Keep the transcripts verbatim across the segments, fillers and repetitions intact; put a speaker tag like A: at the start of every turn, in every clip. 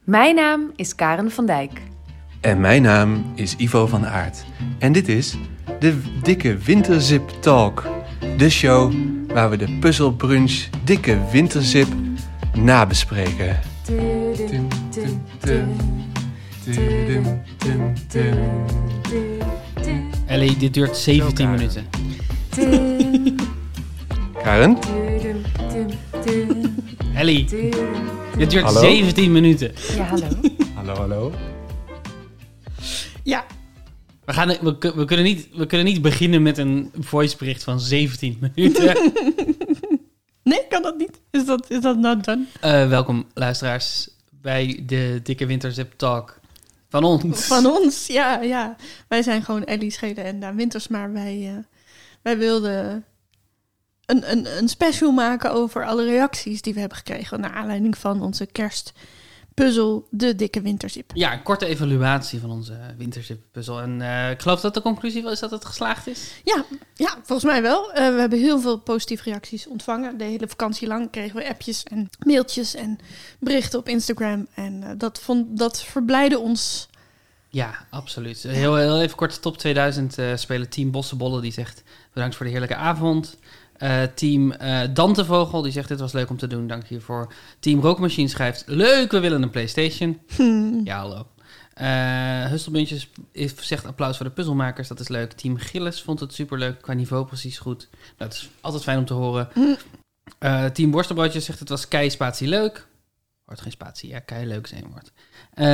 A: Mijn naam is Karen van Dijk.
B: En mijn naam is Ivo van Aert. En dit is de Dikke Winterzip Talk. De show waar we de puzzelbrunch Dikke Winterzip nabespreken.
C: Ellie, dit duurt zeventien minuten.
B: Karen?
C: Ellie, dit duurt
B: Hallo?
C: zeventien minuten.
A: Ja, hallo.
B: Hallo, hallo.
C: Ja. We, gaan, we, we, kunnen niet, we kunnen niet beginnen met een voicebericht van zeventien minuten.
D: Nee, kan dat niet? Is dat, is dat not done?
C: Uh, welkom, luisteraars, bij de Dikke Winterzip Talk van ons.
D: Van ons, ja, ja. Wij zijn gewoon Ellie Schelen en Daan Winters, maar wij, uh, wij wilden een, een, een special maken over alle reacties die we hebben gekregen naar aanleiding van onze kerstpuzzel, de Dikke Winterzip.
C: Ja, een korte evaluatie van onze Winterzip-puzzel. En uh, ik geloof dat de conclusie wel is dat het geslaagd is.
D: Ja, ja, volgens mij wel. Uh, we hebben heel veel positieve reacties ontvangen. De hele vakantie lang kregen we appjes en mailtjes en berichten op Instagram. En uh, dat, vond, dat verblijdde ons.
C: Ja, absoluut. Heel, heel even kort, top tweeduizend uh, spelen Team Bossenbollen. Die zegt, bedankt voor de heerlijke avond. Uh, team uh, Dantevogel, die zegt, dit was leuk om te doen, dank hiervoor. Team Rookmachine schrijft, leuk, we willen een PlayStation.
D: Hmm.
C: Ja, hallo. Uh, Hustelbuntjes zegt applaus voor de puzzelmakers, dat is leuk. Team Gilles vond het superleuk, qua niveau precies goed. Dat is altijd fijn om te horen. Uh, Team Borstelbroodjes zegt, het was kei spatie leuk. Hoort geen spatie, ja, kei leuk is één woord. Uh,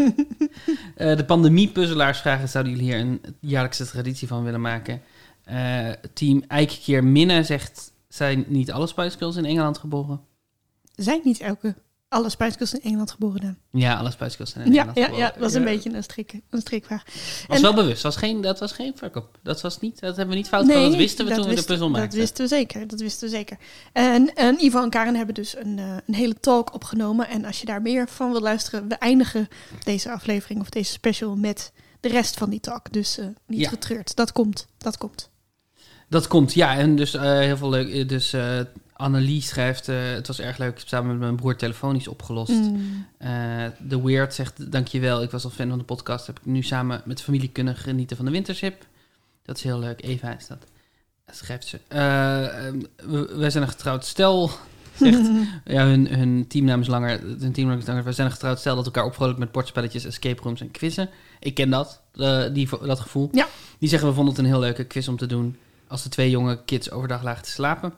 C: uh, de pandemie-puzzelaars vragen, zouden jullie hier een jaarlijkse traditie van willen maken? Uh, team Eikkeer Minne zegt, zijn niet alle Spice Girls in Engeland geboren?
D: Zijn niet elke, alle Spice Girls in Engeland geboren dan?
C: Ja, alle Spice Girls zijn in
D: Ja,
C: Engeland
D: ja,
C: geboren.
D: ja, dat was een
C: Ja.
D: beetje een, strik, een strikvraag.
C: Was
D: En-
C: wel bewust, was geen, dat was geen fuck-up. Dat, was niet, dat hebben we niet fout gedaan, dat wisten we
D: dat
C: toen we de
D: wisten-
C: puzzel maakten.
D: Dat wisten we zeker, dat wisten we zeker. En, en Ivo en Karen hebben dus een, uh, een hele talk opgenomen. En als je daar meer van wil luisteren, we eindigen deze aflevering of deze special met de rest van die talk. Dus uh, niet
C: Ja.
D: getreurd, dat komt, dat komt.
C: Dat komt, ja. En dus uh, heel veel leuk. Dus uh, Annelie schrijft, uh, het was erg leuk. Ik heb samen met mijn broer telefonisch opgelost.
D: Mm.
C: Uh, The Weird zegt, dankjewel. Ik was al fan van de podcast. Heb ik nu samen met de familie kunnen genieten van de Winterzip. Dat is heel leuk. Eva is dat. Dat schrijft ze. Uh, um, we, wij zijn een getrouwd stel. Zegt, ja, hun, hun teamnaam is langer. Hun teamnaam is langer. We zijn een getrouwd stel dat elkaar opvrolijkt met bordspelletjes, escape rooms en quizzen. Ik ken dat, uh, die, dat gevoel.
D: Ja.
C: Die zeggen, we vonden het een heel leuke quiz om te doen als de twee jonge kids overdag lagen te slapen.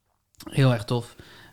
C: Heel erg tof.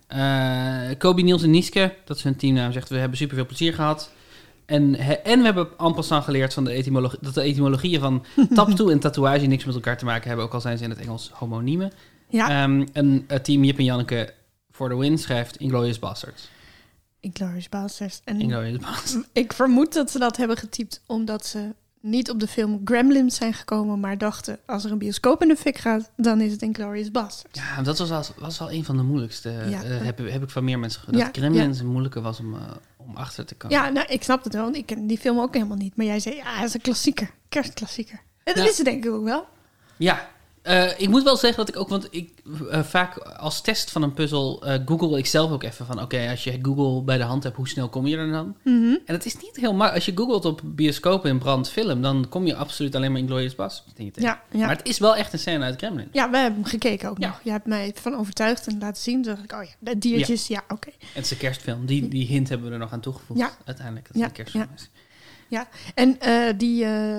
C: Uh, Kobe, Niels en Nieske, dat is hun teamnaam, zegt, we hebben superveel plezier gehad. En, he, en we hebben en passant geleerd van de etymologie, dat de etymologieën van tattoo en tatoeage niks met elkaar te maken hebben, ook al zijn ze in het Engels homoniemen.
D: Ja,
C: Um, en uh, team Jip en Janneke for the win schrijft Inglourious Basterds.
D: Inglourious Basterds. En
C: Inglourious Basterds.
D: ik vermoed dat ze dat hebben getypt omdat ze niet op de film Gremlins zijn gekomen, maar dachten, als er een bioscoop in de fik gaat, dan is het Inglourious Basterds.
C: Ja, dat was, al, was wel een van de moeilijkste.
D: Ja.
C: Uh, heb, heb ik van meer mensen gehoord.
D: Ja,
C: Dat Gremlins een moeilijke was om, uh, om achter te komen.
D: Ja, nou, ik snap het wel, want ik ken die film ook helemaal niet. Maar jij zei, ja, het is een klassieker, kerstklassieker. En dat
C: Ja.
D: is het denk ik ook wel.
C: Ja, uh, ik moet wel zeggen dat ik ook, want ik uh, vaak als test van een puzzel uh, google ik zelf ook even van, oké, okay, als je Google bij de hand hebt, hoe snel kom je er dan?
D: Mm-hmm.
C: En het is niet heel makkelijk. Als je googelt op bioscoop in brand film, dan kom je absoluut alleen maar Inglourious Basterds tegen.
D: Ja, ja.
C: Maar het is wel echt een scène uit Gremlins.
D: Ja, we hebben hem gekeken ook
C: Ja.
D: nog. Je hebt mij van overtuigd en laten zien. Toen dacht ik, oh ja, de diertjes, ja, ja oké. Okay.
C: Het is een kerstfilm. Die, die hint hebben we er nog aan toegevoegd.
D: Ja.
C: Uiteindelijk, dat
D: Ja,
C: het een kerstfilm
D: ja.
C: is.
D: Ja, en uh, die uh, uh,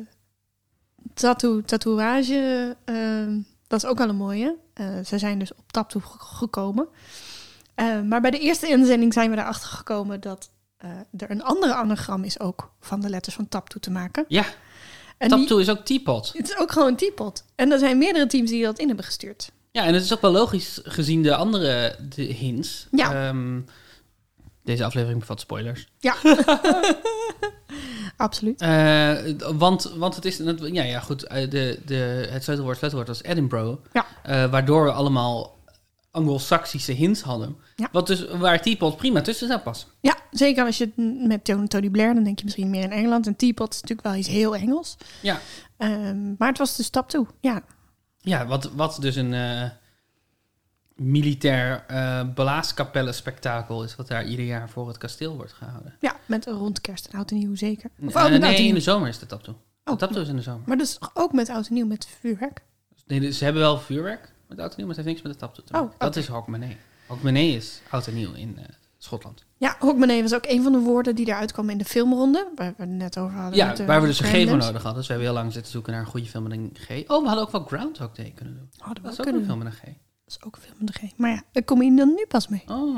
D: tattoo, tatoeage, uh, dat is ook wel een mooie. Uh, ze zijn dus op Taptoe g- gekomen. Uh, maar bij de eerste inzending zijn we erachter gekomen dat uh, er een andere anagram is ook van de letters van Taptoe te maken.
C: Ja,
D: En
C: Taptoe
D: die,
C: is ook teapot.
D: het is ook gewoon een teapot. En er zijn meerdere teams die dat in hebben gestuurd.
C: Ja, en het is ook wel logisch gezien de andere de hints.
D: Ja.
C: Um, deze aflevering bevat spoilers.
D: Ja, absoluut.
C: Uh, want, want het is... Ja, ja goed. Uh, de, de, het sleutelwoord, sleutelwoord was Edinburgh.
D: Ja.
C: Uh, waardoor we allemaal Anglo-Saxische hints hadden.
D: Ja.
C: Wat dus, waar teapot prima tussen zou passen.
D: Ja, zeker als je het met Tony, Tony Blair, dan denk je misschien meer in Engeland. En teapot is natuurlijk wel iets heel Engels.
C: Ja.
D: Um, maar het was dus Taptoe, ja.
C: Ja, wat, wat dus een... Uh, militair uh, blaaskapellen-spektakel is... wat daar ieder jaar voor het kasteel wordt gehouden.
D: Ja, met rond kerst en oud en nieuw zeker. Of
C: Uh,
D: ook met
C: nee,
D: oud en
C: in
D: nieuw.
C: de zomer is de taptoe.
D: Oh,
C: de taptoe is in de zomer.
D: Maar dus ook met oud en nieuw, met vuurwerk?
C: Nee, ze hebben wel vuurwerk met oud en nieuw, maar het heeft niks met de taptoe te maken.
D: Oh,
C: Dat
D: oké.
C: is Hogmanay. Hogmanay is oud en nieuw in uh, Schotland.
D: Ja, Hogmanay was ook een van de woorden die eruit kwam in de filmronde. Waar we het net over hadden.
C: Ja,
D: met de
C: waar we dus een G voor
D: randoms.
C: nodig hadden. Dus we hebben heel lang zitten zoeken naar een goede film met een G. Oh, we hadden ook wel Groundhog Day kunnen doen.
D: Hadden we
C: Dat is
D: ook
C: ook
D: kunnen
C: een film
D: doen.
C: met een G.
D: Dat is ook een film met de G. Maar ja, daar kom je dan nu pas mee.
C: Oh.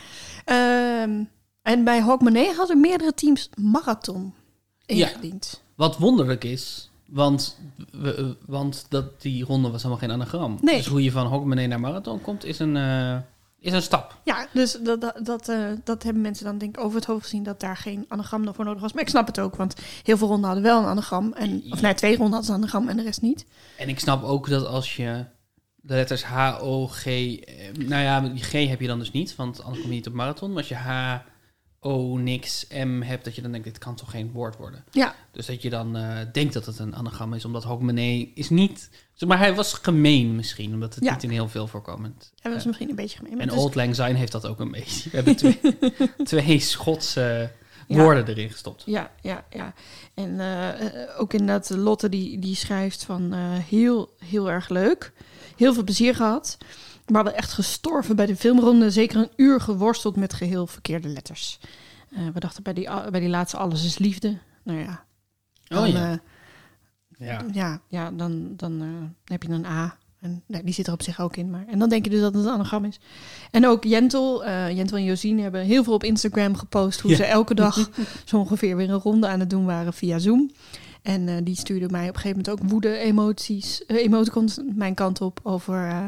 D: Ehm, en bij Hogmanay hadden meerdere teams marathon ingediend.
C: Wat wonderlijk is, want, we, want dat, die ronde was helemaal geen anagram.
D: Nee.
C: Dus hoe je van Hogmanay naar marathon komt, is een, uh, is een stap.
D: Ja, dus dat, dat, dat, uh, dat hebben mensen dan denk ik over het hoofd gezien... dat daar geen anagram voor nodig was. Maar ik snap het ook, want heel veel ronden hadden wel een anagram. En, of nee, twee ronden hadden ze een anagram en de rest niet.
C: En ik snap ook dat als je de letters H, O, G... eh, Nou ja, die G heb je dan dus niet, want anders kom je niet op marathon. Maar als je H, O, niks, M hebt, dat je dan denkt, dit kan toch geen woord worden.
D: Ja,
C: Dus dat je dan uh, denkt dat het een anagram is, omdat Hogmanay is niet... Maar hij was gemeen misschien, omdat het
D: Ja.
C: niet in heel veel voorkomend...
D: dat was
C: uh,
D: misschien een beetje gemeen. maar
C: en
D: het is-
C: Old Lang Syne heeft dat ook een beetje. We hebben twee, twee Schotse
D: Ja.
C: woorden erin gestopt.
D: Ja, ja, ja. En uh, ook inderdaad Lotte die, die schrijft van uh, heel, heel erg leuk. Heel veel plezier gehad. We hadden echt gestorven bij de filmronde. Zeker een uur geworsteld met geheel verkeerde letters. Uh, we dachten bij die, bij die laatste alles is liefde. Nou ja. Dan,
C: Oh ja.
D: uh,
C: Ja.
D: ja, ja, dan, dan uh, heb je een A. En nou, die zit er op zich ook in. Maar, en dan denk je dus dat het een anagram is. En ook Jentel, uh, Jentel en Josien hebben heel veel op Instagram gepost... hoe
C: Ja.
D: ze elke dag zo ongeveer weer een ronde aan het doen waren via Zoom. En uh, die stuurde mij op een gegeven moment ook woede-emoties, uh, emoticons mijn kant op... over uh,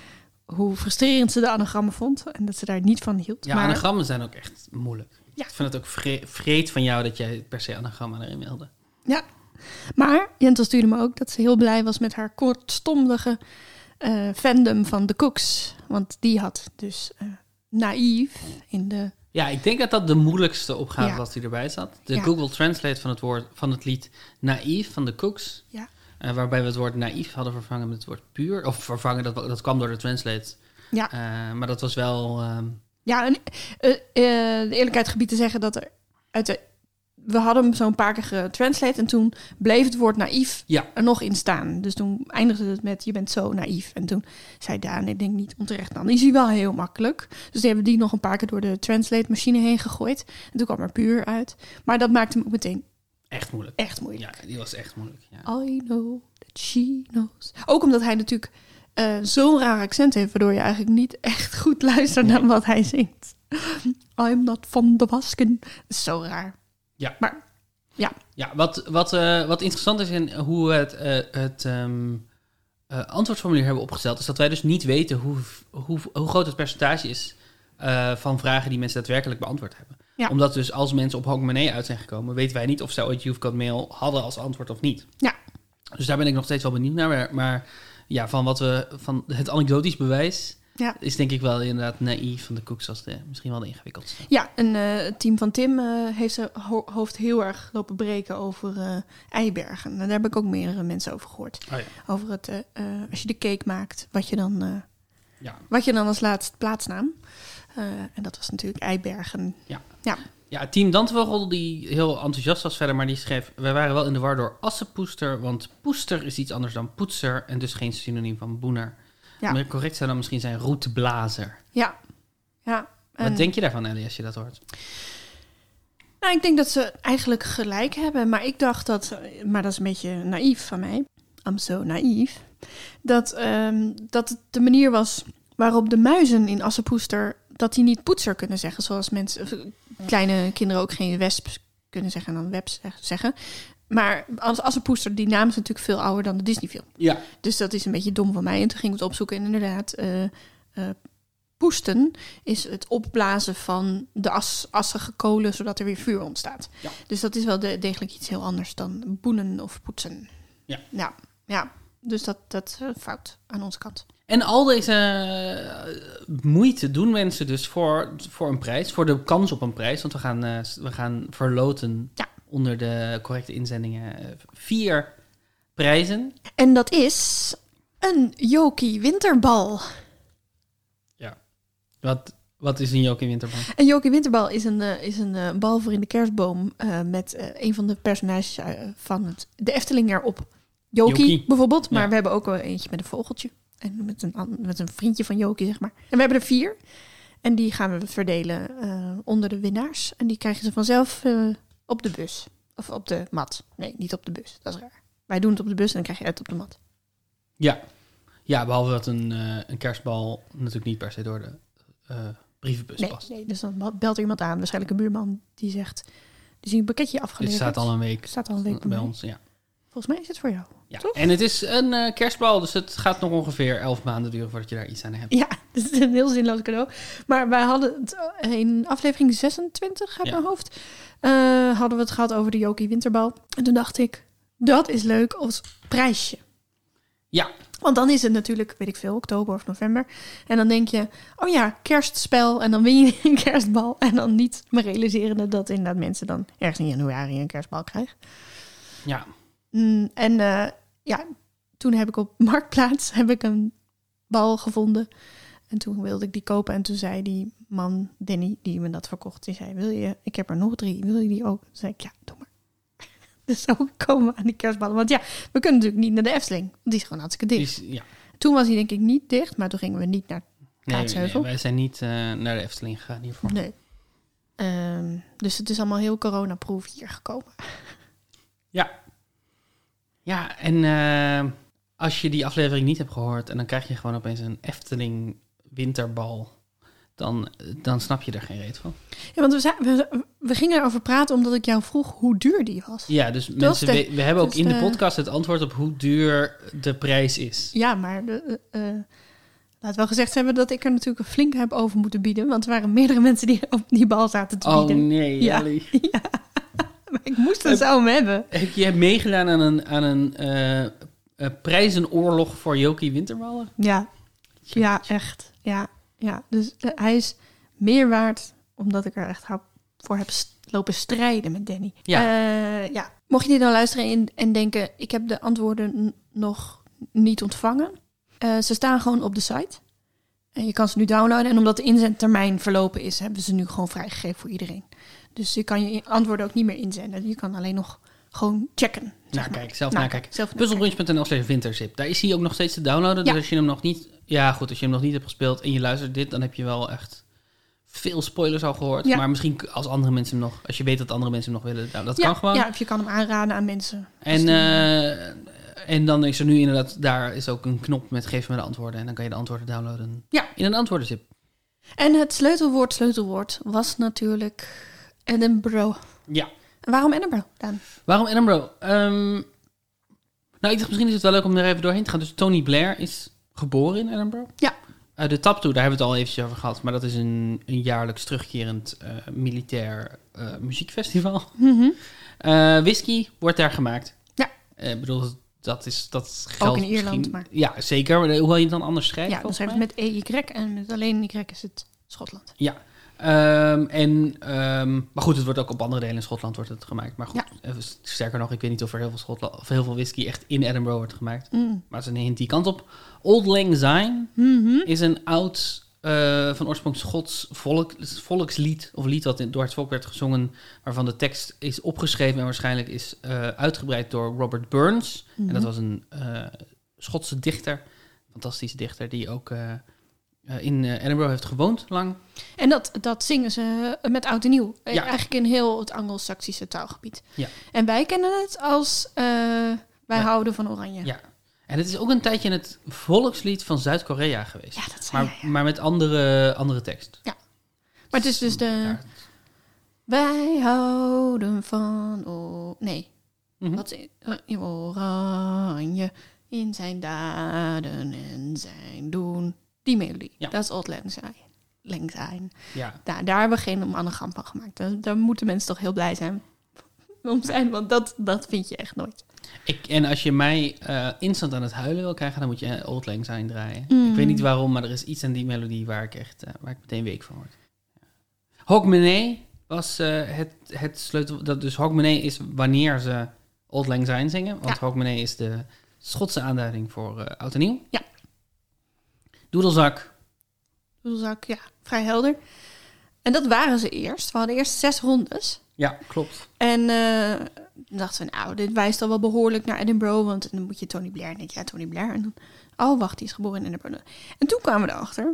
D: hoe frustrerend ze de anagrammen vond. En dat ze daar niet van hield.
C: Ja,
D: maar,
C: anagrammen zijn ook echt moeilijk.
D: Ja.
C: Ik vind het ook vre- vreed van jou dat jij per se anagrammen erin wilde.
D: Ja, maar Jentel stuurde me ook dat ze heel blij was met haar kortstondige uh, fandom van The Cooks. Want die had dus uh, naïef in de...
C: Ja, ik denk dat dat de moeilijkste opgave
D: Ja.
C: was die erbij zat. De
D: Ja.
C: Google Translate van het, woord, van het lied Naïef van de Cooks.
D: Ja.
C: Uh, waarbij we het woord naïef hadden vervangen met het woord puur. Of vervangen, dat, dat kwam door de Translate.
D: Ja.
C: Uh, maar dat was wel... Um,
D: Ja, en uh, uh, de eerlijkheid gebied te zeggen dat er uit de... We hadden hem zo'n paar keer getranslate en toen bleef het woord naïef
C: Ja.
D: er nog in staan. Dus toen eindigde het met je bent zo naïef. En toen zei Daan, ik denk niet onterecht, dan is hij wel heel makkelijk. Dus die hebben die nog een paar keer door de translate machine heen gegooid. En toen kwam er puur uit. Maar dat maakte hem ook meteen
C: echt moeilijk.
D: echt moeilijk.
C: Ja, die was echt moeilijk. Ja.
D: I know that she knows. Ook omdat hij natuurlijk uh, zo'n raar accent heeft, waardoor je eigenlijk niet echt goed luistert
C: Nee.
D: naar wat hij zingt. I'm not van de wasken. Dat is zo raar.
C: Ja.
D: Maar
C: Ja, wat, wat, uh, wat interessant is in hoe het, uh, het um, uh, antwoordformulier hebben opgesteld... is dat wij dus niet weten hoe, hoe, hoe groot het percentage is... Uh, van vragen die mensen daadwerkelijk beantwoord hebben.
D: Ja.
C: Omdat dus als mensen op Hogmanay uit zijn gekomen... weten wij niet of ze ooit You've Got Mail hadden als antwoord of niet.
D: Ja.
C: Dus daar ben ik nog steeds wel benieuwd naar. Maar, maar ja, van, wat we, van het anekdotisch bewijs...
D: Ja.
C: is denk ik wel inderdaad naïef van de Cooks als de, misschien wel de ingewikkeldste.
D: ja, en uh, het team van Tim uh, heeft zijn ho- hoofd heel erg lopen breken over uh, Eibergen. En daar heb ik ook meerdere mensen over gehoord.
C: Oh ja.
D: Over het, uh, uh, als je de cake maakt, wat je dan, uh,
C: Ja.
D: wat je dan als laatste plaatsnaam. Uh, en dat was natuurlijk Eibergen.
C: Ja.
D: Ja.
C: Ja, team Dantvogel die heel enthousiast was verder, maar die schreef... wij waren wel in de war door assenpoester, want poester is iets anders dan poetser... en dus geen synoniem van boener.
D: Ja.
C: Meer correct zou dan misschien zijn roetblazer.
D: Ja. ja.
C: Wat
D: En-
C: denk je daarvan, Ellie, als je dat hoort?
D: Nou, ik denk dat ze eigenlijk gelijk hebben. Maar ik dacht dat, maar dat is een beetje naïef van mij. I'm so naïef. Dat, um, dat het de manier was waarop de muizen in Assepoester... dat die niet poetser kunnen zeggen. Zoals mensen, of kleine kinderen ook geen wesp kunnen zeggen en dan webs zeggen. Maar als Assepoester, die naam is natuurlijk veel ouder dan de Disney-film.
C: Ja.
D: Dus dat is een beetje dom van mij. En toen ging ik het opzoeken en inderdaad... Uh, uh, poesten is het opblazen van de as, assige kolen... zodat er weer vuur ontstaat.
C: Ja.
D: Dus dat is wel de, degelijk iets heel anders dan boenen of poetsen.
C: Ja.
D: Ja, ja. Dus dat, dat is uh, fout aan onze kant.
C: En al deze uh, moeite doen mensen dus voor, voor een prijs, voor de kans op een prijs. Want we gaan, uh, we gaan verloten
D: Ja.
C: onder de correcte inzendingen uh, vier prijzen.
D: En dat is een Jokie winterbal.
C: Wat, wat is een Jokie Winterbal?
D: Een Jokie Winterbal is een, uh, is een uh, bal voor in de kerstboom uh, met uh, een van de personages uh, van het, de Efteling erop. Jokie,
C: Jokie.
D: bijvoorbeeld, maar
C: Ja.
D: we hebben ook wel eentje met een vogeltje. En met een, an- met een vriendje van Jokie, zeg maar. En we hebben er vier. En die gaan we verdelen uh, onder de winnaars. En die krijgen ze vanzelf uh, op de bus. Of op de mat. Nee, niet op de bus. Dat is raar. Wij doen het op de bus en dan krijg je het op de mat.
C: Ja. Ja, behalve dat een, uh, een kerstbal natuurlijk niet per se door de uh, brievenbus
D: Nee,
C: past.
D: nee, dus dan belt er iemand aan. Waarschijnlijk een buurman die zegt... Die is een pakketje
C: Dit
D: afgeleverd.
C: staat al een week,
D: staat al een week bij,
C: bij
D: mij.
C: ons. Ja.
D: Volgens mij is het voor jou.
C: Ja.
D: Toch?
C: En het is een uh, kerstbal, dus het gaat nog ongeveer elf maanden duren voordat je daar iets aan hebt.
D: Ja, dat is een heel zinloos cadeau. Maar wij hadden het in aflevering zesentwintig uit
C: Ja.
D: mijn hoofd... Uh, hadden we het gehad over de Jokie Winterbal. En toen dacht ik, dat is leuk als prijsje.
C: Ja.
D: Want dan is het natuurlijk, weet ik veel, oktober of november. En dan denk je, oh ja, kerstspel. En dan win je een kerstbal. En dan niet me realiserende dat inderdaad mensen dan ergens in januari een kerstbal krijgen.
C: Ja.
D: Mm, en uh, ja, toen heb ik op Marktplaats heb ik een bal gevonden. En toen wilde ik die kopen. En toen zei die man, Danny, die me dat verkocht, die zei, wil je, ik heb er nog drie, wil je die ook? Toen zei ik, ja, doe maar. Dus zo komen we aan die kerstballen. Want ja, we kunnen natuurlijk niet naar de Efteling. Want die is gewoon hartstikke dicht.
C: Die is, ja.
D: Toen was hij denk ik niet dicht, maar toen gingen we niet naar
C: Nee,
D: Kaatsheuvel.
C: nee, wij zijn niet uh, naar de Efteling gegaan hiervoor.
D: Nee. Um, dus het is allemaal heel coronaproof hier gekomen.
C: Ja. Ja, en uh, als je die aflevering niet hebt gehoord... en dan krijg je gewoon opeens een Efteling winterbal... dan, dan snap je er geen reet van.
D: Ja, want we, zijn, we, we gingen erover praten omdat ik jou vroeg hoe duur die was.
C: Ja, dus mensen,
D: de,
C: we, we hebben ook
D: dus
C: in de
D: de,
C: podcast het antwoord op hoe duur de prijs is.
D: Ja, maar de, uh, laat wel gezegd hebben dat ik er natuurlijk een flink heb over moeten bieden. Want er waren meerdere mensen die op die bal zaten te bieden.
C: Oh nee,
D: ja.
C: Ellie.
D: Ja, maar ik moest het zo hebben.
C: Heb je meegedaan aan een, aan een uh, uh, prijzenoorlog voor Jokie Winterballen?
D: Ja, ja echt. Ja, ja. Dus uh, hij is meer waard omdat ik er echt voor heb lopen strijden met Danny.
C: Ja.
D: Uh, ja. Mocht je dit nou luisteren en, en denken, ik heb de antwoorden n- nog niet ontvangen. Uh, ze staan gewoon op de site. En je kan ze nu downloaden. En omdat de inzendtermijn verlopen is, hebben we ze nu gewoon vrijgegeven voor iedereen. Dus je kan je antwoorden ook niet meer inzenden. Je kan alleen nog gewoon checken.
C: Nou, kijk, zelf
D: nou,
C: nakijken. Puzzelbrunch punt n l slash winterzip. Daar is hij ook nog steeds te downloaden. Dus
D: ja.
C: als je hem nog niet... Ja, goed, als je hem nog niet hebt gespeeld en je luistert dit, dan heb je wel echt veel spoilers al gehoord. Ja. Maar misschien als andere mensen hem nog... Als je weet dat andere mensen hem nog willen, nou, dat
D: ja,
C: kan gewoon.
D: Ja, of je kan hem aanraden aan mensen.
C: En, uh, en dan is er nu inderdaad... Daar is ook een knop met geef me de antwoorden. En dan kan je de antwoorden downloaden
D: ja.
C: in een antwoordenzip.
D: En het sleutelwoord, sleutelwoord was natuurlijk Edinburgh.
C: Ja.
D: En waarom Edinburgh dan?
C: Waarom Edinburgh? Um, nou, ik dacht misschien is het wel leuk om er even doorheen te gaan. Dus Tony Blair is geboren in Edinburgh.
D: Ja.
C: Uh, de Taptoe, daar hebben we het al eventjes over gehad. Maar dat is een, een jaarlijks terugkerend uh, militair uh, muziekfestival.
D: Mm-hmm.
C: Uh, whisky wordt daar gemaakt.
D: Ja.
C: Ik uh, bedoel, dat is dat geldt
D: ook in Ierland, maar...
C: Ja, zeker. Maar hoewel je het dan anders schrijft.
D: Ja, dan schrijft het met E Y en met alleen Y is het Schotland.
C: Ja. Um, en, um, maar goed, het wordt ook op andere delen in Schotland wordt het gemaakt. Maar goed, ja. even, sterker nog, ik weet niet of er heel veel, Schotland, of heel veel whisky echt in Edinburgh wordt gemaakt.
D: Mm.
C: Maar het is een hint die kant op. Old Lang Syne
D: mm-hmm.
C: is een oud, uh, van oorsprong Schots volk, volkslied, of lied wat door het volk werd gezongen, waarvan de tekst is opgeschreven en waarschijnlijk is uh, uitgebreid door Robert Burns. Mm-hmm. En dat was een uh, Schotse dichter, fantastische dichter, die ook... Uh, Uh, in uh, Edinburgh heeft gewoond lang.
D: En dat, dat zingen ze met oud en nieuw.
C: Ja.
D: Eigenlijk in heel het Anglo-Saxische taalgebied.
C: Ja.
D: En wij kennen het als uh, wij ja. houden van oranje.
C: Ja. En het is ook een tijdje het volkslied van Zuid-Korea geweest.
D: Ja, dat
C: maar,
D: jij, ja.
C: maar met andere, andere tekst.
D: Ja. Maar het is dus de... Ja. Wij houden van... Oh, nee.
C: Mm-hmm.
D: Wat is uh, oranje in zijn daden en zijn doen... Die melodie, ja. Dat is Old Lang Syne. Lang Syne.
C: Ja.
D: Daar, daar hebben we geen anagram van gemaakt. Daar, daar moeten mensen toch heel blij zijn om zijn, want dat, dat vind je echt nooit.
C: Ik, en als je mij uh, instant aan het huilen wil krijgen, dan moet je Old Lang Syne draaien. Mm. Ik weet niet waarom, maar er is iets aan die melodie waar ik echt, uh, waar ik meteen week van word. Ja. Hogmanay was uh, het, het sleutel. Dat dus Hogmanay is wanneer ze Old Lang Syne zingen, want ja. Hogmanay is de Schotse aanduiding voor uh, oud en nieuw.
D: Ja.
C: Doedelzak
D: doelzak, ja, vrij helder. En dat waren ze eerst. We hadden eerst zes rondes.
C: Ja, klopt.
D: En uh, dachten we, nou, dit wijst al wel behoorlijk naar Edinburgh. Want dan moet je Tony Blair. En denk je, ja, Tony Blair. En dan, oh, wacht, die is geboren in Edinburgh. En toen kwamen we erachter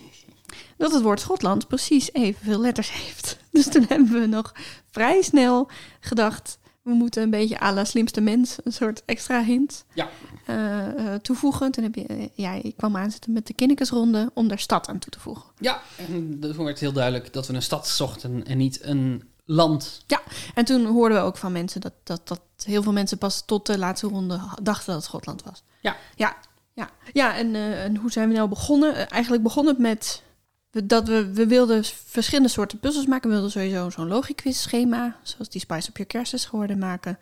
D: dat het woord Schotland precies evenveel letters heeft. Dus toen hebben we nog vrij snel gedacht, we moeten een beetje à la slimste mens een soort extra hint
C: ja.
D: uh, uh, toevoegen. Toen heb je, uh, ja, ik kwam aanzetten met de Kinnekesronde om daar stad aan toe te voegen.
C: Ja, en toen werd heel duidelijk dat we een stad zochten en niet een land.
D: Ja, en toen hoorden we ook van mensen dat, dat, dat heel veel mensen pas tot de laatste ronde dachten dat het Schotland was.
C: Ja.
D: Ja, ja. ja en, uh, en hoe zijn we nou begonnen? Uh, eigenlijk begon het met dat we, we wilden verschillende soorten puzzels maken. We wilden sowieso zo'n logiquiz schema, zoals die Spice Up Your Kerst is geworden, maken.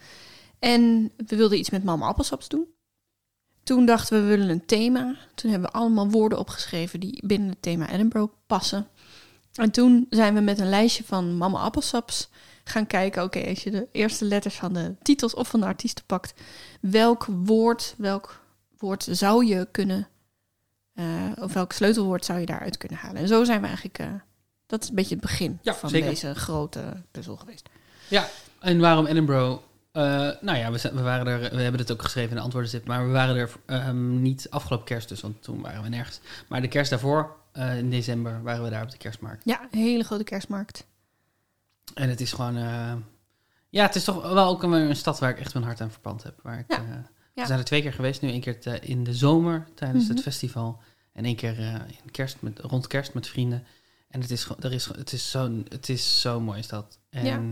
D: En we wilden iets met Mama Appelsaps doen. Toen dachten we, we willen een thema. Toen hebben we allemaal woorden opgeschreven die binnen het thema Edinburgh passen. En toen zijn we met een lijstje van Mama Appelsaps gaan kijken, oké, okay, als je de eerste letters van de titels of van de artiesten pakt, welk woord, welk woord zou je kunnen, uh, of welk sleutelwoord zou je daaruit kunnen halen? En zo zijn we eigenlijk, uh, dat is een beetje het begin ja, van zeker. Deze grote puzzel geweest.
C: Ja, en waarom Edinburgh? Uh, nou ja, we, zijn, we waren er, we hebben het ook geschreven in de antwoordenzip, maar we waren er um, niet afgelopen kerst dus, want toen waren we nergens. Maar de kerst daarvoor, uh, in december, waren we daar op de kerstmarkt.
D: Ja, een hele grote kerstmarkt.
C: En het is gewoon, uh, ja, het is toch wel ook een, een stad waar ik echt mijn hart aan verpand heb. Waar ik, ja. Uh, we ja. zijn er twee keer geweest nu, één keer te, in de zomer tijdens mm-hmm. het festival en één keer uh, in kerst met, rond kerst met vrienden. En het is, er is, het is zo'n, het is zo mooi is dat. En
D: ja.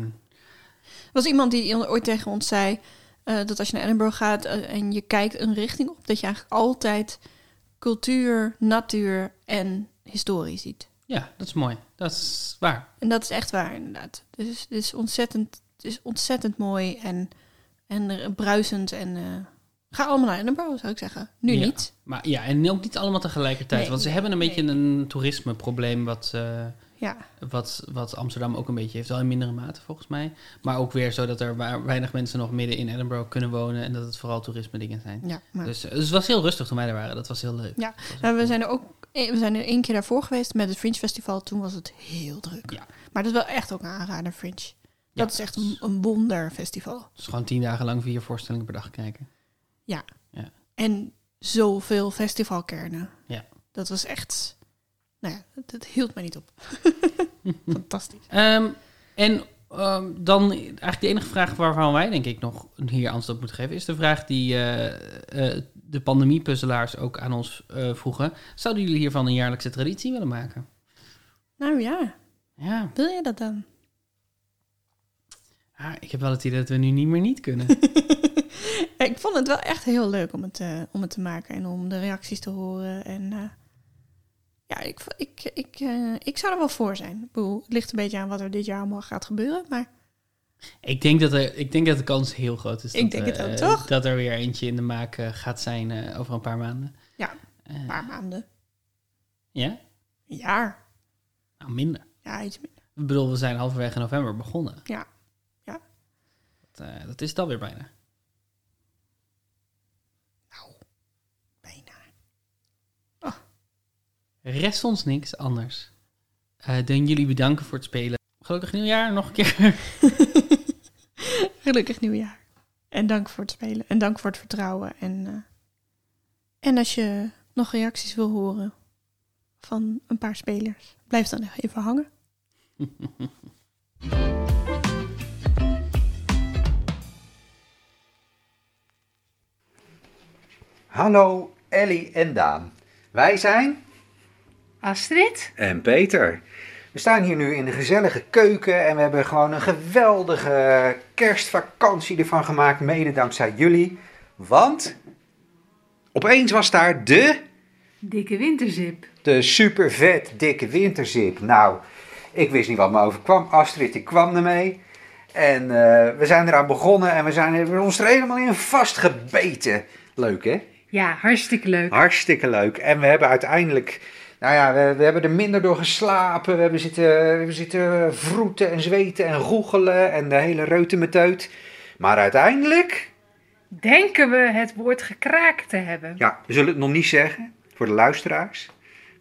D: Er was iemand die ooit tegen ons zei uh, dat als je naar Edinburgh gaat uh, en je kijkt een richting op, dat je eigenlijk altijd cultuur, natuur en historie ziet.
C: Ja, dat is mooi. Dat is waar.
D: En dat is echt waar, inderdaad. Dus het is ontzettend, het is ontzettend mooi en, en bruisend. En uh, ga allemaal naar Edinburgh, zou ik zeggen. Nu
C: ja,
D: niet.
C: Maar ja, en ook niet allemaal tegelijkertijd.
D: Nee,
C: want ze
D: nee,
C: hebben een
D: nee.
C: beetje een toerismeprobleem wat, uh,
D: ja.
C: wat, wat Amsterdam ook een beetje heeft. Wel in mindere mate, volgens mij. Maar ook weer zo dat er weinig mensen nog midden in Edinburgh kunnen wonen. En dat het vooral toerisme dingen zijn.
D: Ja, maar...
C: dus, dus het was heel rustig toen wij er waren. Dat was heel leuk.
D: Ja, nou, we zijn er ook... We zijn er één keer daarvoor geweest met het Fringe Festival. Toen was het heel druk.
C: Ja.
D: Maar dat is wel echt ook een aanrader, Fringe. Dat
C: ja,
D: is echt een, een wonderfestival.
C: Dus gewoon tien dagen lang vier voorstellingen per dag kijken.
D: Ja.
C: ja.
D: En zoveel festivalkernen.
C: Ja.
D: Dat was echt... Nou ja, dat, dat hield mij niet op. Fantastisch.
C: Um, en um, dan eigenlijk de enige vraag waarvan wij denk ik nog hier antwoord op moeten geven... is de vraag die uh, uh, de pandemiepuzzelaars ook aan ons uh, vroegen. Zouden jullie hiervan een jaarlijkse traditie willen maken?
D: Nou ja.
C: Ja.
D: Wil je dat dan?
C: Ah, ik heb wel het idee dat we nu niet meer niet kunnen.
D: Ja, ik vond het wel echt heel leuk om het, uh, om het te maken en om de reacties te horen. En uh, ja, ik, ik, ik, uh, ik zou er wel voor zijn. Ik bedoel, het ligt een beetje aan wat er dit jaar allemaal gaat gebeuren, maar...
C: Ik denk dat, er, ik denk dat de kans heel groot is. Dat,
D: ik denk het ook,
C: uh,
D: toch?
C: Dat er weer eentje in de maak uh, gaat zijn uh, over een paar maanden.
D: Ja, een paar uh, maanden.
C: Ja?
D: Een jaar.
C: Nou, minder.
D: Ja, iets minder.
C: Ik bedoel, we zijn halverwege november begonnen.
D: Ja, ja.
C: Dat, uh, dat is het alweer bijna.
D: Nou, bijna.
C: Oh. Rest ons niks anders uh, dan jullie bedanken voor het spelen. Gelukkig nieuwjaar, nog een keer.
D: Gelukkig nieuwjaar. En dank voor het spelen. En dank voor het vertrouwen. En, uh, en als je nog reacties wil horen van een paar spelers, blijf dan even hangen.
E: Hallo Ellie en Daan. Wij zijn...
F: Astrid.
E: En Peter. We staan hier nu in de gezellige keuken en we hebben gewoon een geweldige kerstvakantie ervan gemaakt, mede dankzij jullie. Want opeens was daar de...
F: Dikke winterzip.
E: De super vet dikke winterzip. Nou, ik wist niet wat me overkwam. Astrid, die kwam ermee. En uh, we zijn eraan begonnen en we zijn we hebben ons er helemaal in vastgebeten. Leuk, hè?
F: Ja, hartstikke leuk.
E: Hartstikke leuk. En we hebben uiteindelijk... Nou ja, we, we hebben er minder door geslapen. We hebben zitten, we hebben zitten vroeten en zweten en roegelen en de hele reutemeteut. Maar uiteindelijk...
F: denken we het woord gekraakt te hebben.
E: Ja, we zullen het nog niet zeggen voor de luisteraars.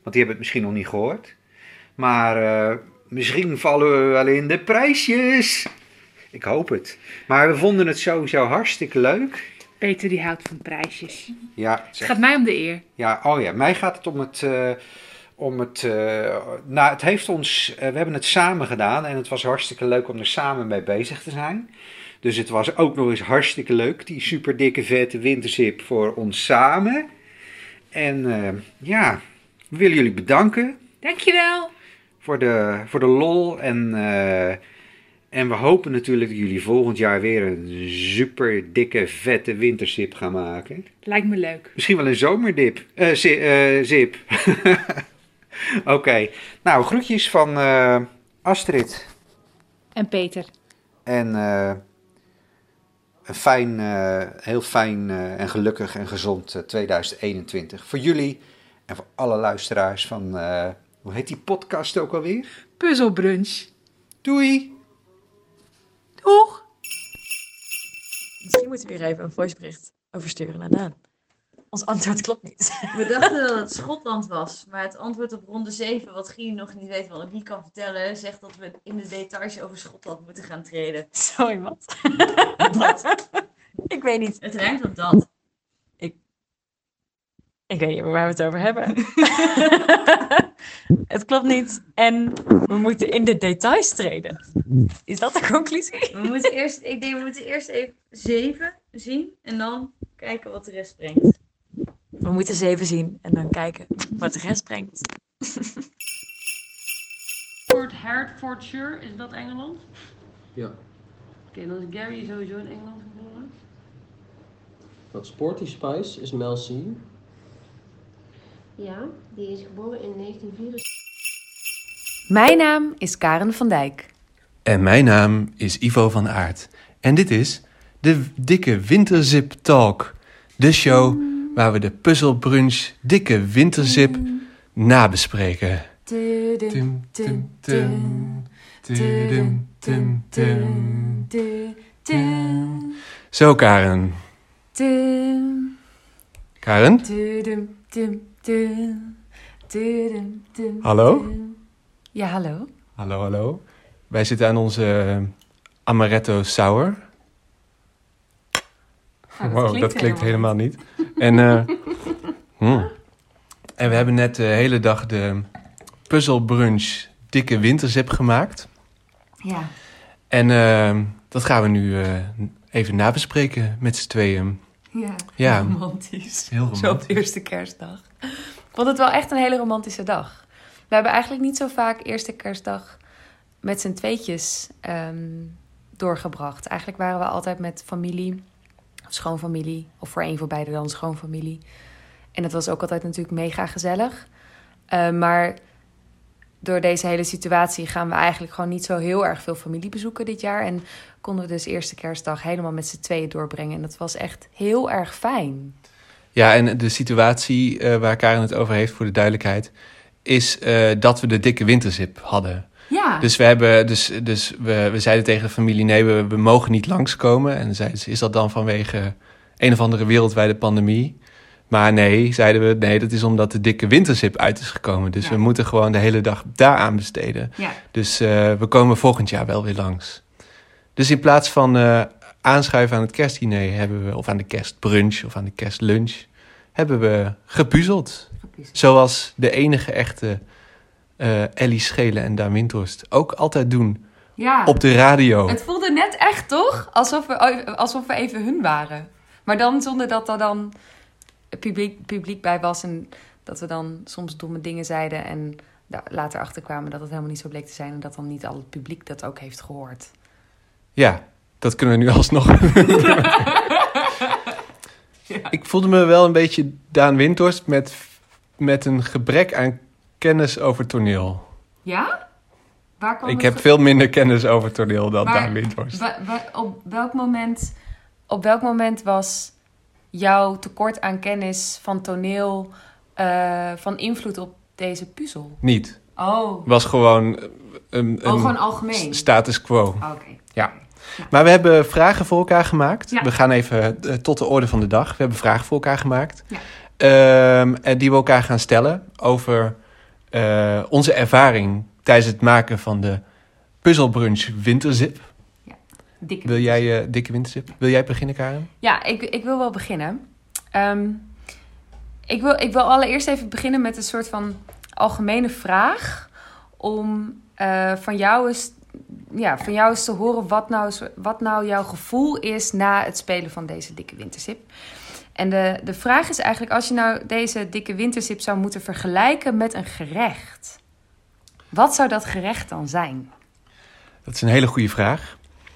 E: Want die hebben het misschien nog niet gehoord. Maar uh, misschien vallen we wel in de prijsjes. Ik hoop het. Maar we vonden het sowieso hartstikke leuk.
F: Peter die houdt van prijsjes.
E: Ja, het,
F: Het gaat mij om de eer.
E: ja, oh ja, mij gaat het om het... Uh, om het, uh, nou, het heeft ons... Uh, we hebben het samen gedaan. En het was hartstikke leuk om er samen mee bezig te zijn. Dus het was ook nog eens hartstikke leuk. Die super dikke vette winterzip voor ons samen. En uh, ja, we willen jullie bedanken.
F: Dankjewel.
E: Voor de, voor de lol. En, uh, en we hopen natuurlijk dat jullie volgend jaar weer een super dikke vette winterzip gaan maken.
F: Lijkt me leuk.
E: Misschien wel een zomerdip. Uh, zi, uh, zip. Oké. Okay. Nou, groetjes van uh, Astrid.
F: En Peter.
E: En uh, een fijn, uh, heel fijn uh, en gelukkig en gezond uh, tweeduizend eenentwintig. Voor jullie en voor alle luisteraars van... Uh, hoe heet die podcast ook alweer?
F: Puzzelbrunch.
E: Doei!
F: Doeg!
G: Misschien moeten we weer even een voicebericht oversturen naar Daan. Ons antwoord klopt niet.
H: We dachten dat het Schotland was, maar het antwoord op ronde zeven, wat Guy nog niet weet wat ik niet kan vertellen, zegt dat we in de details over Schotland moeten gaan treden.
G: Sorry, wat? Wat? Ik weet niet.
H: Het rijmt op dat.
G: Ik, ik weet niet meer waar we het over hebben. Het klopt niet. En we moeten in de details treden. Is dat de conclusie?
H: We moeten eerst, ik denk we moeten eerst even zeven zien en dan kijken wat de rest brengt.
G: We moeten zeven zien en dan kijken wat de rest brengt.
I: Fort Hertfordshire, is dat Engeland?
J: Ja.
I: Oké, okay, dan is Gary sowieso in Engeland geboren.
J: Wat Sporty Spice is Mel C.
K: Ja, die is geboren in negentien vierenzestig.
A: Mijn naam is Karen van Dijk.
B: En mijn naam is Ivo van Aert. En dit is de Dikke Winterzip Talk. De show waar we de puzzelbrunch Dikke Winterzip nabespreken. Tum, tum, tum. Tudum, tum, tum. Zo, Karen. Karen? Hallo?
A: Ja, hallo.
B: Hallo, hallo. Wij zitten aan onze Amaretto Sour.
A: Nou, dat
B: wow,
A: klinkt
B: dat klinkt
A: helemaal
B: helemaal niet. En, uh, hmm. en we hebben net de hele dag de puzzelbrunch Dikke Winterzip gemaakt.
A: Ja.
B: En uh, dat gaan we nu uh, even nabespreken met z'n tweeën.
A: Ja,
B: Ja.
A: romantisch.
B: Heel romantisch.
A: Zo op de eerste kerstdag. Ik vond het wel echt een hele romantische dag. We hebben eigenlijk niet zo vaak eerste kerstdag met z'n tweetjes um, doorgebracht. Eigenlijk waren we altijd met familie, schoonfamilie, of voor één van beiden dan schoonfamilie. En dat was ook altijd natuurlijk mega gezellig. Uh, maar door deze hele situatie gaan we eigenlijk gewoon niet zo heel erg veel familie bezoeken dit jaar. En konden we dus eerste kerstdag helemaal met z'n tweeën doorbrengen. En dat was echt heel erg fijn.
B: Ja, en de situatie uh, waar Karen het over heeft, voor de duidelijkheid, is uh, dat we de Dikke Winterzip hadden.
A: Ja.
B: Dus we hebben, dus, dus we, we zeiden tegen de familie, nee, we, we mogen niet langskomen. En zeiden ze, is dat dan vanwege een of andere wereldwijde pandemie? Maar nee, zeiden we, nee, dat is omdat de Dikke Winterzip uit is gekomen. Dus ja. we moeten gewoon de hele dag daaraan besteden.
A: Ja.
B: Dus uh, we komen volgend jaar wel weer langs. Dus in plaats van uh, aanschuiven aan het kerstdiner hebben we, of aan de kerstbrunch of aan de kerstlunch, hebben we gepuzzeld. gepuzzeld. Zoals de enige echte uh, Ellie Schelen en Daan Windhorst ook altijd doen.
A: Ja.
B: Op de radio.
A: Het voelde net echt, toch? Alsof we, alsof we even hun waren. Maar dan zonder dat er dan publiek, publiek bij was. En dat we dan soms domme dingen zeiden. En later achterkwamen dat het helemaal niet zo bleek te zijn. En dat dan niet al het publiek dat ook heeft gehoord.
B: Ja, dat kunnen we nu alsnog. Ja. Ik voelde me wel een beetje Daan Windhorst met, met een gebrek aan kennis over toneel.
A: Ja? Waar kwam
B: ik heb ge- veel minder kennis over toneel dan maar, Daan Windhorst.
A: Wa- wa- op, welk moment, op welk moment was jouw tekort aan kennis van toneel uh, van invloed op deze puzzel?
B: Niet.
A: Oh.
B: Was gewoon een,
A: oh,
B: een
A: gewoon algemeen.
B: Status quo.
A: Oh, Oké. Okay.
B: Ja. Ja. Maar we hebben vragen voor elkaar gemaakt.
A: Ja.
B: We gaan even uh, tot de orde van de dag. We hebben vragen voor elkaar gemaakt.
A: Ja.
B: Um, die we elkaar gaan stellen over uh, onze ervaring tijdens het maken van de puzzelbrunch winterzip.
A: Ja, dikke
B: Wil jij, uh, dikke winterzip? Wil jij beginnen, Karen?
A: Ja, ik, ik wil wel beginnen. Um, ik, wil, ik wil allereerst even beginnen met een soort van algemene vraag. Om uh, van jou eens... Ja, van jou eens te horen wat nou, wat nou jouw gevoel is na het spelen van deze dikke winterzip. En de, de vraag is eigenlijk, als je nou deze dikke winterzip zou moeten vergelijken met een gerecht. Wat zou dat gerecht dan zijn?
B: Dat is een hele goede vraag.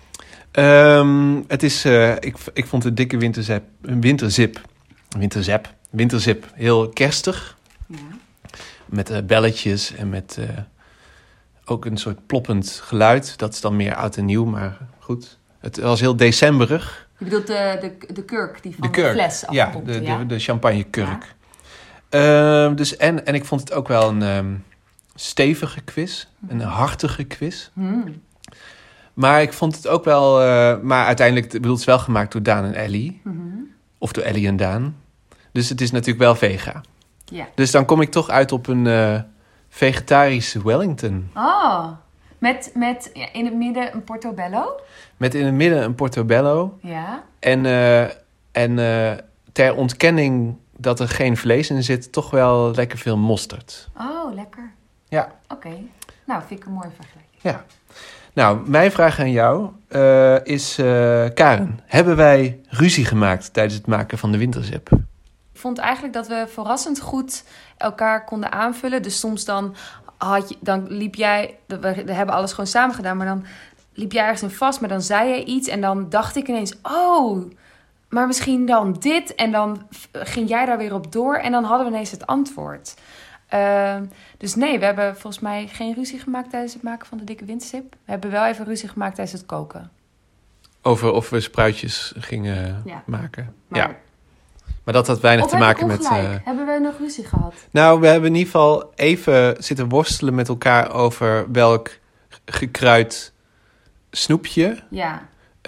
B: Um, het is, uh, ik, ik vond de dikke winterzip, winterzip, winterzip, winterzip heel kerstig. Ja. Met uh, belletjes en met... Uh, ook een soort ploppend geluid. Dat is dan meer oud en nieuw, maar goed. Het was heel decemberig.
A: Je bedoelt de, de, de kurk die van de,
B: de, kurk,
A: de fles afkomt.
B: Ja, de,
A: ja?
B: de, de champagnekurk. Ja. Uh, dus en, en ik vond het ook wel een um, stevige quiz. Mm. Een hartige quiz. Mm. Maar ik vond het ook wel... Uh, maar uiteindelijk, bedoel, het is wel gemaakt door Daan en Ellie. Mm-hmm. Of door Ellie en Daan. Dus het is natuurlijk wel vega. Ja. Dus dan kom ik toch uit op een... Uh, vegetarische Wellington.
A: Oh, met, met ja, in het midden een portobello?
B: Met in het midden een portobello.
A: Ja.
B: En, uh, en uh, ter ontkenning dat er geen vlees in zit, toch wel lekker veel mosterd.
A: Oh, lekker.
B: Ja.
A: Oké. Okay. Nou, vind ik een mooie vergelijking.
B: Ja. Nou, mijn vraag aan jou uh, is, uh, Karen, hebben wij ruzie gemaakt tijdens het maken van de winterzip?
A: Ik vond eigenlijk dat we verrassend goed elkaar konden aanvullen. Dus soms dan, had je, dan liep jij... We, we hebben alles gewoon samen gedaan, maar dan liep jij ergens in vast. Maar dan zei je iets en dan dacht ik ineens... Oh, maar misschien dan dit. En dan ging jij daar weer op door en dan hadden we ineens het antwoord. Uh, dus nee, we hebben volgens mij geen ruzie gemaakt tijdens het maken van de dikke winterzip. We hebben wel even ruzie gemaakt tijdens het koken.
B: Over of we spruitjes gingen ja. maken.
A: Maar,
B: ja. Maar dat had weinig
A: of
B: te maken met...
A: Uh... Hebben we nog ruzie gehad?
B: Nou, we hebben in ieder geval even zitten worstelen met elkaar over welk gekruid snoepje.
A: Ja.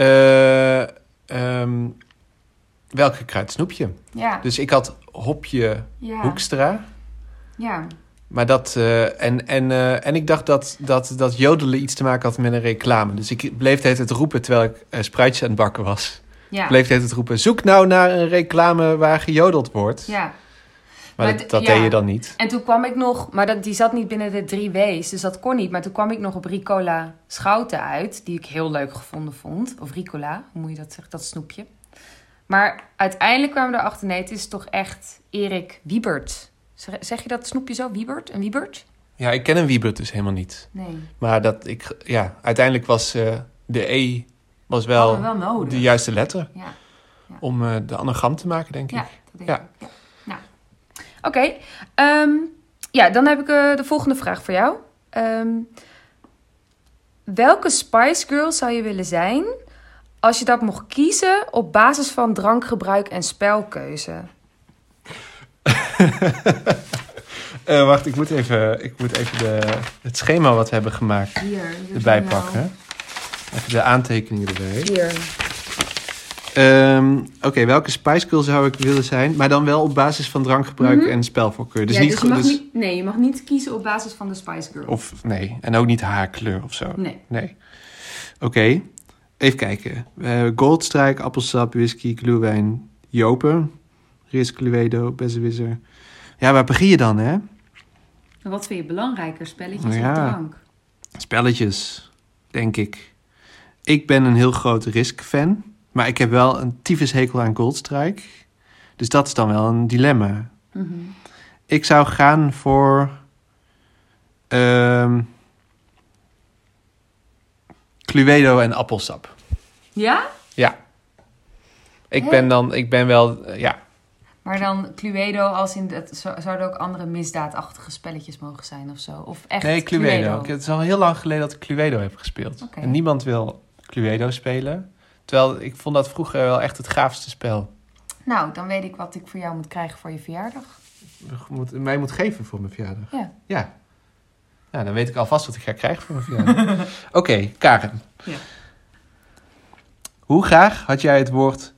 B: Uh, um, welk gekruid snoepje.
A: Ja.
B: Dus ik had Hopje
A: ja.
B: Hoekstra.
A: Ja.
B: Maar dat... Uh, en, en, uh, en ik dacht dat, dat, dat jodelen iets te maken had met een reclame. Dus ik bleef het het roepen terwijl ik uh, spruitjes aan het bakken was. Ja. Bleef het roepen, zoek nou naar een reclame waar gejodeld wordt.
A: Ja.
B: Maar,
A: maar
B: dat, dat
A: ja.
B: deed je dan niet.
A: En toen kwam ik nog, maar dat, die zat niet binnen de drie W's, dus dat kon niet. Maar toen kwam ik nog op Ricola Schouten uit, die ik heel leuk gevonden vond. Of Ricola, hoe moet je dat zeggen, dat snoepje. Maar uiteindelijk kwamen we erachter, nee, het is toch echt Erik Wiebert. Zeg je dat snoepje zo, Wiebert? Een Wiebert?
B: Ja, ik ken een Wiebert dus helemaal niet.
A: Nee.
B: Maar dat ik, ja, uiteindelijk was uh, de E... was wel,
A: wel
B: de juiste letter.
A: Ja. Ja.
B: Om uh, de anagram te maken, denk
A: ja,
B: ik.
A: Dat denk ja, ik. Ja. Nou. Oké. Okay. Um, ja, dan heb ik uh, de volgende vraag voor jou. Um, welke Spice Girl zou je willen zijn als je dat mocht kiezen op basis van drankgebruik en spelkeuze?
B: uh, wacht, ik moet even, ik moet even de, het schema wat we hebben gemaakt
A: hier, hier
B: erbij pakken. Nou. Even de aantekeningen erbij.
A: Hier.
B: Um, Oké, okay, welke Spice Girl zou ik willen zijn? Maar dan wel op basis van drankgebruik mm-hmm. en spelvoorkeur. Dus
A: ja,
B: niet,
A: dus je mag
B: dus...
A: niet, nee, je mag niet kiezen op basis van de Spice Girl.
B: Of nee, en ook niet haarkleur of zo.
A: Nee.
B: nee. Oké, okay. Even kijken. We hebben Goldstrike, appelsap, whisky, glühwein, Jopen, Ris, Cluedo, Besserwisser. Ja, waar begin je dan, hè?
A: Wat vind je belangrijker, spelletjes
B: ja.
A: of drank?
B: Spelletjes, denk ik. Ik ben een heel grote Risk-fan, maar ik heb wel een tyfushekel aan Goldstrike. Dus dat is dan wel een dilemma.
A: Mm-hmm.
B: Ik zou gaan voor... Um, Cluedo en appelsap.
A: Ja?
B: Ja. Ik He? ben dan, ik ben wel, uh, ja.
A: Maar dan Cluedo als in, het, zouden ook andere misdaadachtige spelletjes mogen zijn of zo? Of echt
B: Nee, Cluedo.
A: Cluedo.
B: Het is al heel lang geleden dat ik Cluedo heb gespeeld.
A: Okay.
B: En niemand wil Cluedo spelen. Terwijl ik vond dat vroeger wel echt het gaafste spel.
A: Nou, dan weet ik wat ik voor jou moet krijgen voor je verjaardag.
B: Moet, mij moet geven voor mijn verjaardag?
A: Ja.
B: Ja. Nou, dan weet ik alvast wat ik ga krijgen voor mijn verjaardag. Oké, okay, Karen.
A: Ja.
B: Hoe graag had jij het woord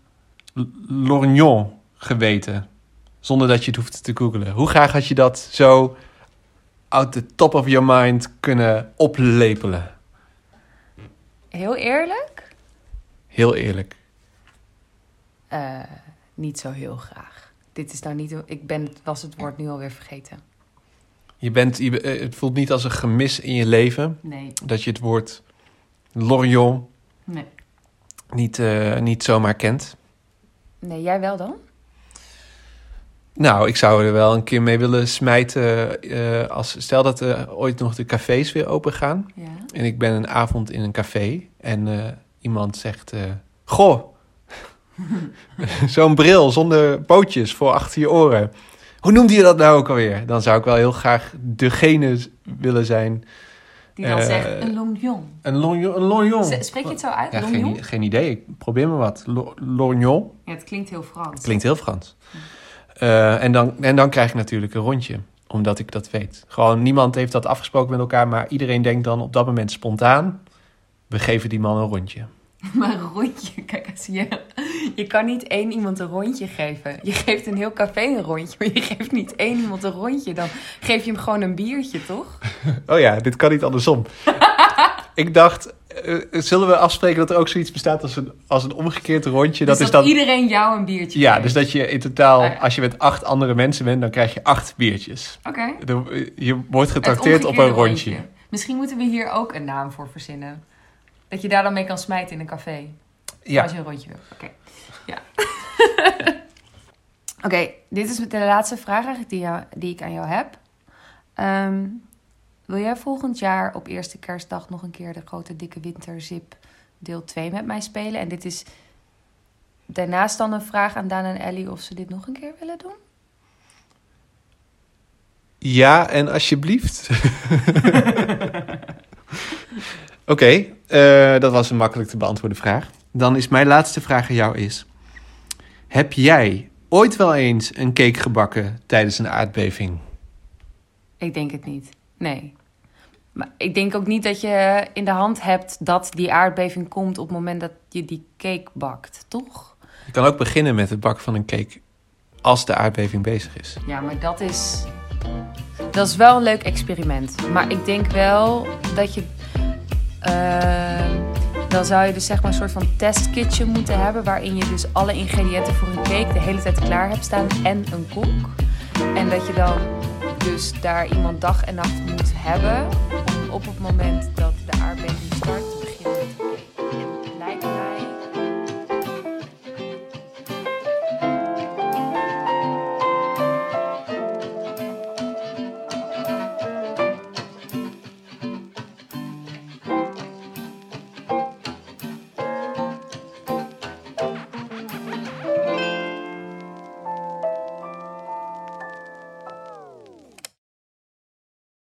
B: lorgnon geweten? Zonder dat je het hoeft te googlen. Hoe graag had je dat zo out the top of your mind kunnen oplepelen?
A: Heel eerlijk?
B: Heel eerlijk.
A: Uh, niet zo heel graag. Dit is nou niet... Ik ben, was het woord nu alweer vergeten.
B: Je bent, je, het voelt niet als een gemis in je leven.
A: Nee.
B: Dat je het woord lorgnon
A: nee.
B: niet, uh, niet zomaar kent.
A: Nee, jij wel dan?
B: Nou, ik zou er wel een keer mee willen smijten. Uh, als, stel dat er ooit nog de cafés weer open gaan.
A: Ja.
B: En ik ben een avond in een café. En uh, iemand zegt... Uh, Goh, zo'n bril zonder pootjes voor achter je oren. Hoe noemde je dat nou ook alweer? Dan zou ik wel heel graag degene willen zijn...
A: Die dan
B: uh,
A: zegt een lorgnon.
B: Een lorgnon. Een lorgnon.
A: Spreek je het zo uit?
B: Ja, geen, geen idee. Ik probeer maar wat. Lorgnon.
A: Ja, het klinkt heel Frans.
B: Het klinkt heel Frans. Uh, en, dan, en dan krijg ik natuurlijk een rondje. Omdat ik dat weet. Gewoon niemand heeft dat afgesproken met elkaar. Maar iedereen denkt dan op dat moment spontaan... we geven die man een rondje.
A: Maar een rondje, kijk eens, je, je kan niet één iemand een rondje geven. Je geeft een heel café een rondje, maar je geeft niet één iemand een rondje. Dan geef je hem gewoon een biertje, toch?
B: Oh ja, dit kan niet andersom. Ik dacht, uh, zullen we afspreken dat er ook zoiets bestaat als een, als een omgekeerd rondje?
A: Dus
B: dat
A: dat,
B: is dan...
A: iedereen jou een biertje
B: Ja,
A: geeft.
B: dus dat je in totaal,
A: Ah, ja.
B: als je met acht andere mensen bent, dan krijg je acht biertjes.
A: Oké.
B: Okay. Je wordt getrakteerd op een rondje.
A: rondje. Misschien moeten we hier ook een naam voor verzinnen. Dat je daar dan mee kan smijten in een café.
B: Ja.
A: Als je een rondje wil. Oké. Okay. Ja. Oké, okay, dit is de laatste vraag eigenlijk die, jou, die ik aan jou heb. Um, wil jij volgend jaar op eerste kerstdag nog een keer de grote dikke winterzip deel twee met mij spelen? En dit is daarnaast dan een vraag aan Daan en Ellie of ze dit nog een keer willen doen?
B: Ja, en alsjeblieft. Oké, okay, uh, dat was een makkelijk te beantwoorden vraag. Dan is mijn laatste vraag aan jou is... Heb jij ooit wel eens een cake gebakken tijdens een aardbeving?
A: Ik denk het niet, nee. Maar ik denk ook niet dat je in de hand hebt dat die aardbeving komt op het moment dat je die cake bakt, toch?
B: Je kan ook beginnen met het bakken van een cake als de aardbeving bezig is.
A: Ja, maar dat is... Dat is wel een leuk experiment. Maar ik denk wel dat je... Uh, dan zou je dus zeg maar een soort van testkitje moeten hebben... waarin je dus alle ingrediënten voor een cake de hele tijd klaar hebt staan en een kok. En dat je dan dus daar iemand dag en nacht moet hebben... om op het moment dat de aardbeving start...